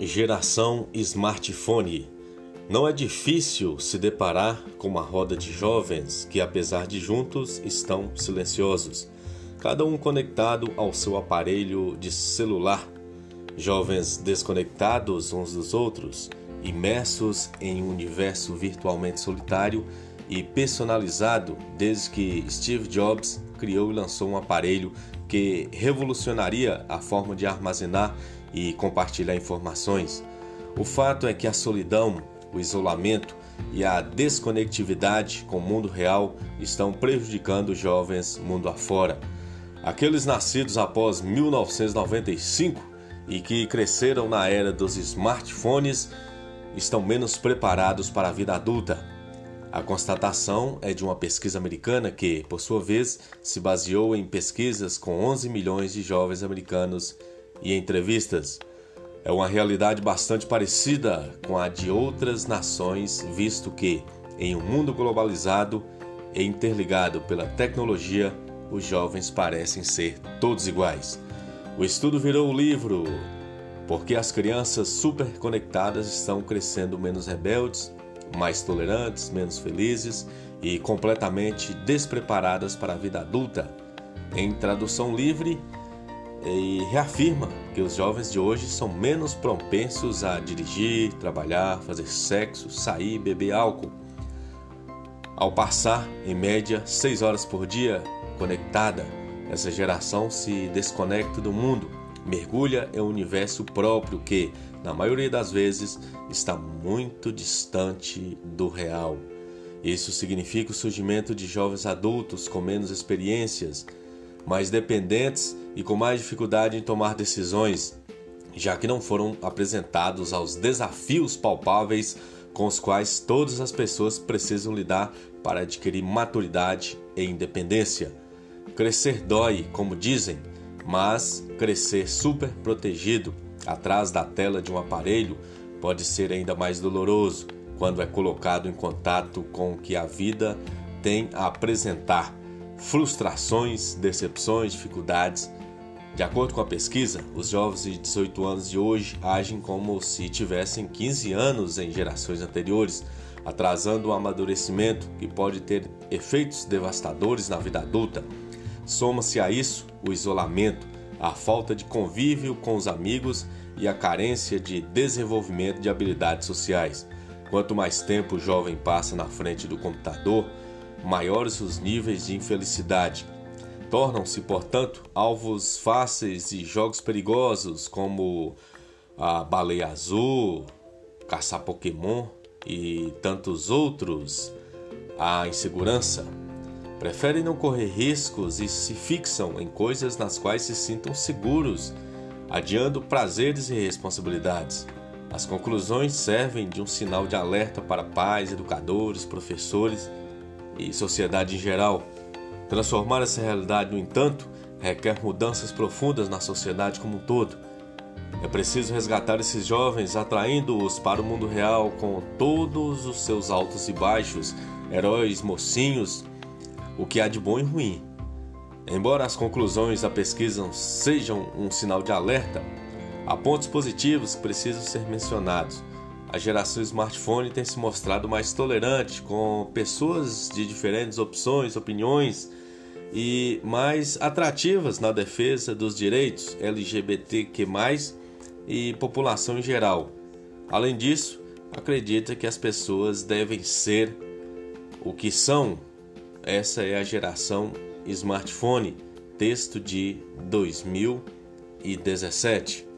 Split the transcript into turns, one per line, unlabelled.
Geração smartphone. Não é difícil se deparar com uma roda de jovens que, apesar de juntos, estão silenciosos, cada um conectado ao seu aparelho de celular. Jovens desconectados uns dos outros, imersos em um universo virtualmente solitário e personalizado desde que Steve Jobs criou e lançou um aparelho que revolucionaria a forma de armazenar e compartilhar informações. O fato é que a solidão, o isolamento e a desconectividade com o mundo real estão prejudicando os jovens mundo afora. Aqueles nascidos após 1995 e que cresceram na era dos smartphones estão menos preparados para a vida adulta. A constatação é de uma pesquisa americana que, por sua vez, se baseou em pesquisas com 11 milhões de jovens americanos e entrevistas. É uma realidade bastante parecida com a de outras nações, visto que, em um mundo globalizado e interligado pela tecnologia, os jovens parecem ser todos iguais. O estudo virou o livro Porque as crianças superconectadas estão crescendo menos rebeldes, mais tolerantes, menos felizes e completamente despreparadas para a vida adulta. Em tradução livre, e reafirma que os jovens de hoje são menos propensos a dirigir, trabalhar, fazer sexo, sair, beber álcool. Ao passar, em média, 6 horas por dia conectada, essa geração se desconecta do mundo, mergulha em um universo próprio que, na maioria das vezes, está muito distante do real. Isso significa o surgimento de jovens adultos com menos experiências, mais dependentes e com mais dificuldade em tomar decisões, já que não foram apresentados aos desafios palpáveis com os quais todas as pessoas precisam lidar para adquirir maturidade e independência. Crescer dói, como dizem, mas crescer super protegido atrás da tela de um aparelho pode ser ainda mais doloroso quando é colocado em contato com o que a vida tem a apresentar. Frustrações, decepções, dificuldades. De acordo com a pesquisa, os jovens de 18 anos de hoje agem como se tivessem 15 anos em gerações anteriores, atrasando o amadurecimento que pode ter efeitos devastadores na vida adulta. Soma-se a isso o isolamento, a falta de convívio com os amigos e a carência de desenvolvimento de habilidades sociais. Quanto mais tempo o jovem passa na frente do computador, maiores os níveis de infelicidade. Tornam-se, portanto, alvos fáceis de jogos perigosos como a baleia azul, caçar Pokémon e tantos outros. A insegurança. Preferem não correr riscos e se fixam em coisas nas quais se sintam seguros, adiando prazeres e responsabilidades. As conclusões servem de um sinal de alerta para pais, educadores, professores e sociedade em geral. Transformar essa realidade, no entanto, requer mudanças profundas na sociedade como um todo. É preciso resgatar esses jovens, atraindo-os para o mundo real com todos os seus altos e baixos, heróis, mocinhos, o que há de bom e ruim. Embora as conclusões da pesquisa sejam um sinal de alerta, há pontos positivos que precisam ser mencionados. A geração smartphone tem se mostrado mais tolerante com pessoas de diferentes opções, opiniões e mais atrativas na defesa dos direitos LGBTQ+, e população em geral. Além disso, acredita que as pessoas devem ser o que são. Essa é a geração smartphone, texto de 2017.